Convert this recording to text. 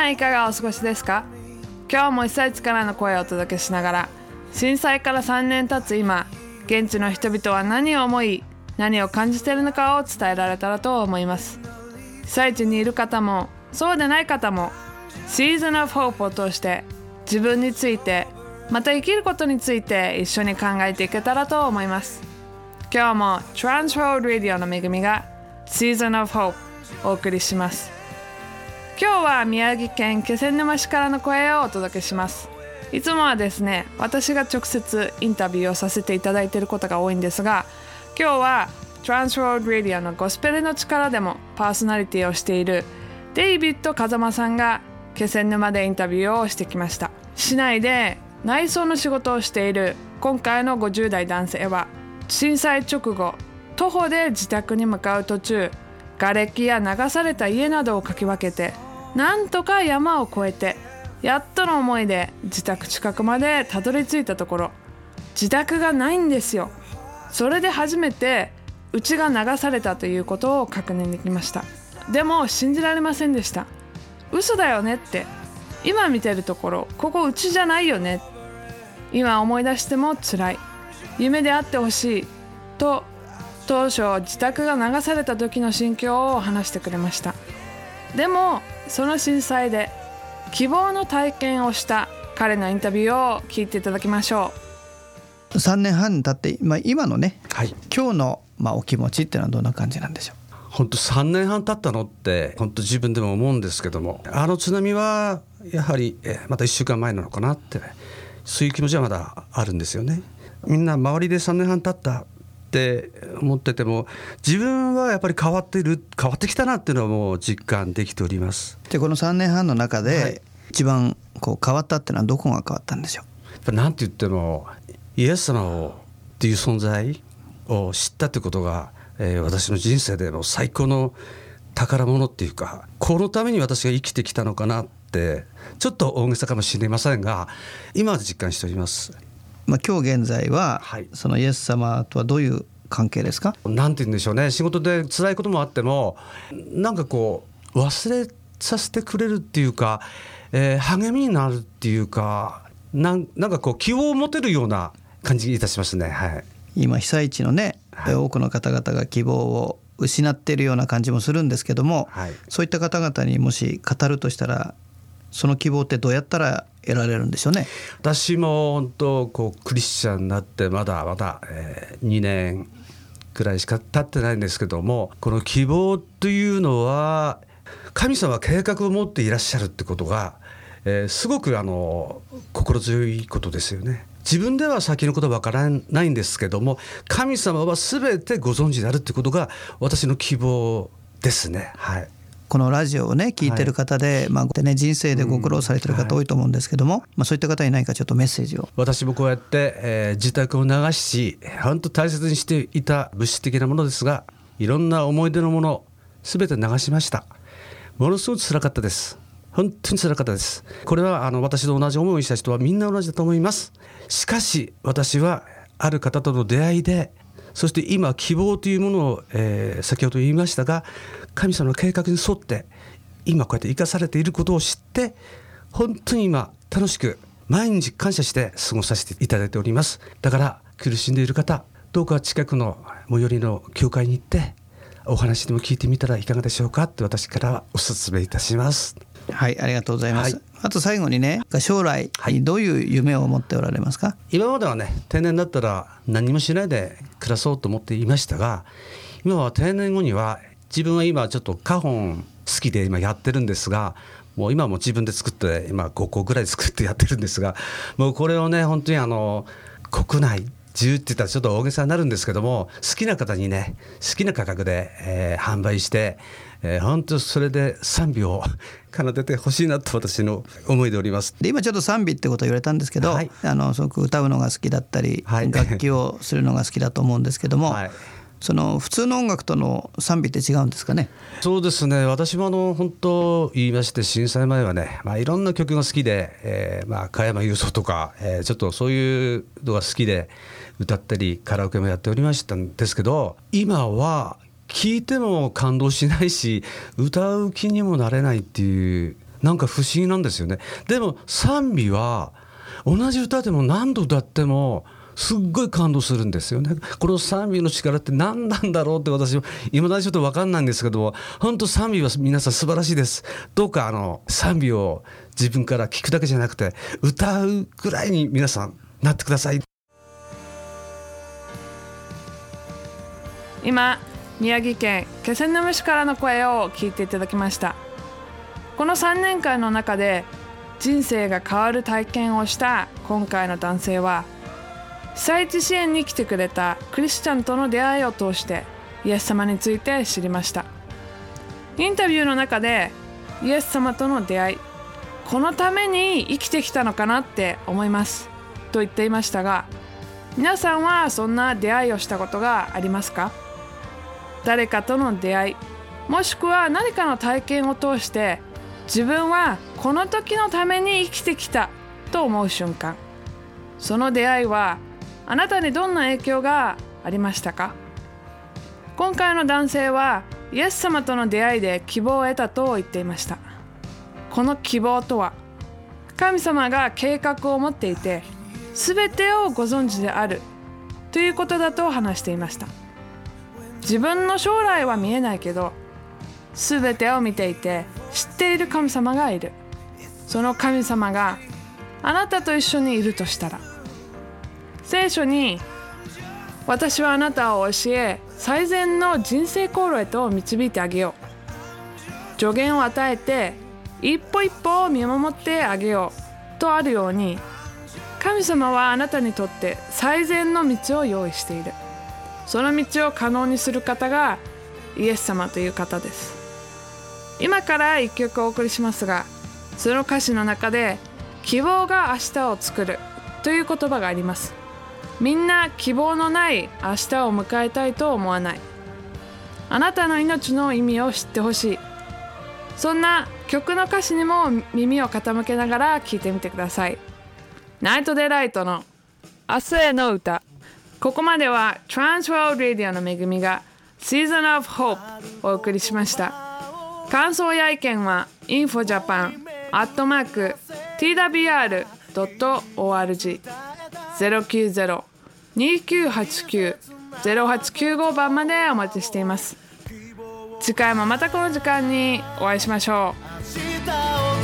はいかがお過ごしですか？今日も被災地からの声をお届けしながら、震災から3年経つ今、現地の人々は何を思い、何を感じているのかを伝えられたらと思います。被災地にいる方もそうでない方も、シーズンオブホープを通して自分について、また生きることについて一緒に考えていけたらと思います。今日も Transworld Radio の恵みが Season of Hope をお送りします。今日は宮城県気仙沼市からの声をお届けします。いつもはですね、私が直接インタビューをさせていただいていることが多いんですが、今日は Transworld Radio のゴスペルの力でもパーソナリティをしているデイビッド風間さんが気仙沼でインタビューをしてきました。市内で内装の仕事をしている今回の50代男性は、震災直後徒歩で自宅に向かう途中、瓦礫や流された家などをかき分けて、なんとか山を越えてやっとの思いで自宅近くまでたどり着いたところ、自宅がないんですよ。それで初めて家が流されたということを確認できました。でも信じられませんでした。嘘だよねって、今見てるところここ家じゃないよね、今思い出しても辛い、夢であってほしいと当初自宅が流された時の心境を話してくれました。でもその震災で希望の体験をした彼のインタビューを聞いていただきましょう。3年半経って、今のね、 はい、 今日のお気持ちっていうのはどんな感じなんでしょう？ 本当3年半経ったのって本当自分でも思うんですけども、あの津波はやはりまた1週間前なのかなって、そういう気持ちはまだあるんですよね。みんな周りで3年半経ったって思ってても、自分はやっぱり変わってきたなっていうのはもう実感できております。 でこの3年半の中で、一番変わったっていうのはどこが変わったんでしょう？ やっぱなんて言ってもイエス様をっていう存在を知ったってことが、私の人生での最高の宝物っていうか、このために私が生きてきたのかなって、ちょっと大げさかもしれませんが、今は実感しております。 今日現在は、そのイエス様とはどういう関係ですか？ なんて言うんでしょうね、仕事で辛いこともあっても、なんか忘れさせてくれるっていうか、励みになるっていうか、なんか希望を持てるような感じいたしますね。 今被災地のね、多くの方々が希望を失っているような感じもするんですけども、そういった方々にもし語るとしたら、その希望ってどうやったら得られるんでしょうね？ 私も本当クリスチャンになってまだ2年くらいしか経ってないんですけども、この希望というのは神様は計画を持っていらっしゃるってことが、すごく心強いことですよね。自分では先のことは分からないんですけども、神様は全てご存知であるってことが私の希望ですね。 このラジオをね聞いてる方で、人生でご苦労されてる方多いと思うんですけども、そういった方に何かちょっとメッセージを。 私もこうやって、自宅を流し、本当大切にしていた物質的なものですが、いろんな思い出のもの全て流しました。ものすごく辛かったです。本当に辛かったです。これは私と同じ思いをした人はみんな同じだと思います。しかし私はある方との出会いで、そして今希望というものを、先ほど言いましたが、神様の計画に沿って今こうやって生かされていることを知って、本当に今楽しく毎日感謝して過ごさせていただいております。だから苦しんでいる方、どうか近くの最寄りの教会に行ってお話でも聞いてみたらいかがでしょうかって私からはお勧めいたします。 ありがとうございます。あと最後にね、将来どういう夢を持っておられますか？ 今まではね、定年だったら何もしないで暮らそうと思っていましたが、今は定年後には、自分は今ちょっと花本好きで今やってるんですが、もう今も自分で作って今5個ぐらい作ってやってるんですが、もうこれをね本当に国内中って言ったらちょっと大げさになるんですけども、好きな方にね好きな価格で、販売して、本当それで賛美を奏でてほしいなと私の思いでおります。 で今ちょっと賛美ってことを言われたんですけど、すごく歌うのが好きだったり、楽器をするのが好きだと思うんですけども、その普通の音楽との賛美って違うんですかね？ そうですね、私も本当言いまして、震災前はね、いろんな曲が好きで、加山雄三とか、ちょっとそういうのが好きで歌ったりカラオケもやっておりましたんですけど、今は聴いても感動しないし歌う気にもなれないっていうなんか不思議なんですよね。でも賛美は同じ歌でも何度歌ってもすっごい感動するんですよね。この賛美の力って何なんだろうって私今だにちょっと分かんないんですけども、本当賛美は皆さん素晴らしいです。どうか賛美を自分から聞くだけじゃなくて歌うくらいに皆さんなってください。 今宮城県気仙沼市からの声を聞いていただきました。この3年間の中で人生が変わる体験をした今回の男性は、被災地支援に来てくれたクリスチャンとの出会いを通してイエス様について知りました。インタビューの中でイエス様との出会い、このために生きてきたのかなって思いますと言っていましたが、皆さんはそんな出会いをしたことがありますか？誰かとの出会い、もしくは何かの体験を通して自分はこの時のために生きてきたと思う瞬間、その出会いはあなたにどんな影響がありましたか？今回の男性はイエス様との出会いで希望を得たと言っていました。この希望とは、神様が計画を持っていて全てをご存知であるということだと話していました。自分の将来は見えないけど全てを見ていて知っている神様がいる。その神様があなたと一緒にいるとしたら、聖書に私はあなたを教え最善の人生航路へと導いてあげよう、助言を与えて一歩一歩を見守ってあげようとあるように、神様はあなたにとって最善の道を用意している。その道を可能にする方がイエス様という方です。今から一曲お送りしますが、その歌詞の中で希望が明日を作るという言葉があります。みんな希望のない明日を迎えたいと思わない。あなたの命の意味を知ってほしい。そんな曲の歌詞にも耳を傾けながら聴いてみてください。ナイトデライトの明日への歌。ここまではトランスワールドラディオの恵みが Season of Hope をお送りしました。感想や意見は infojapan@twr.org 090-2989-0895 番までお待ちしています。次回もまたこの時間にお会いしましょう。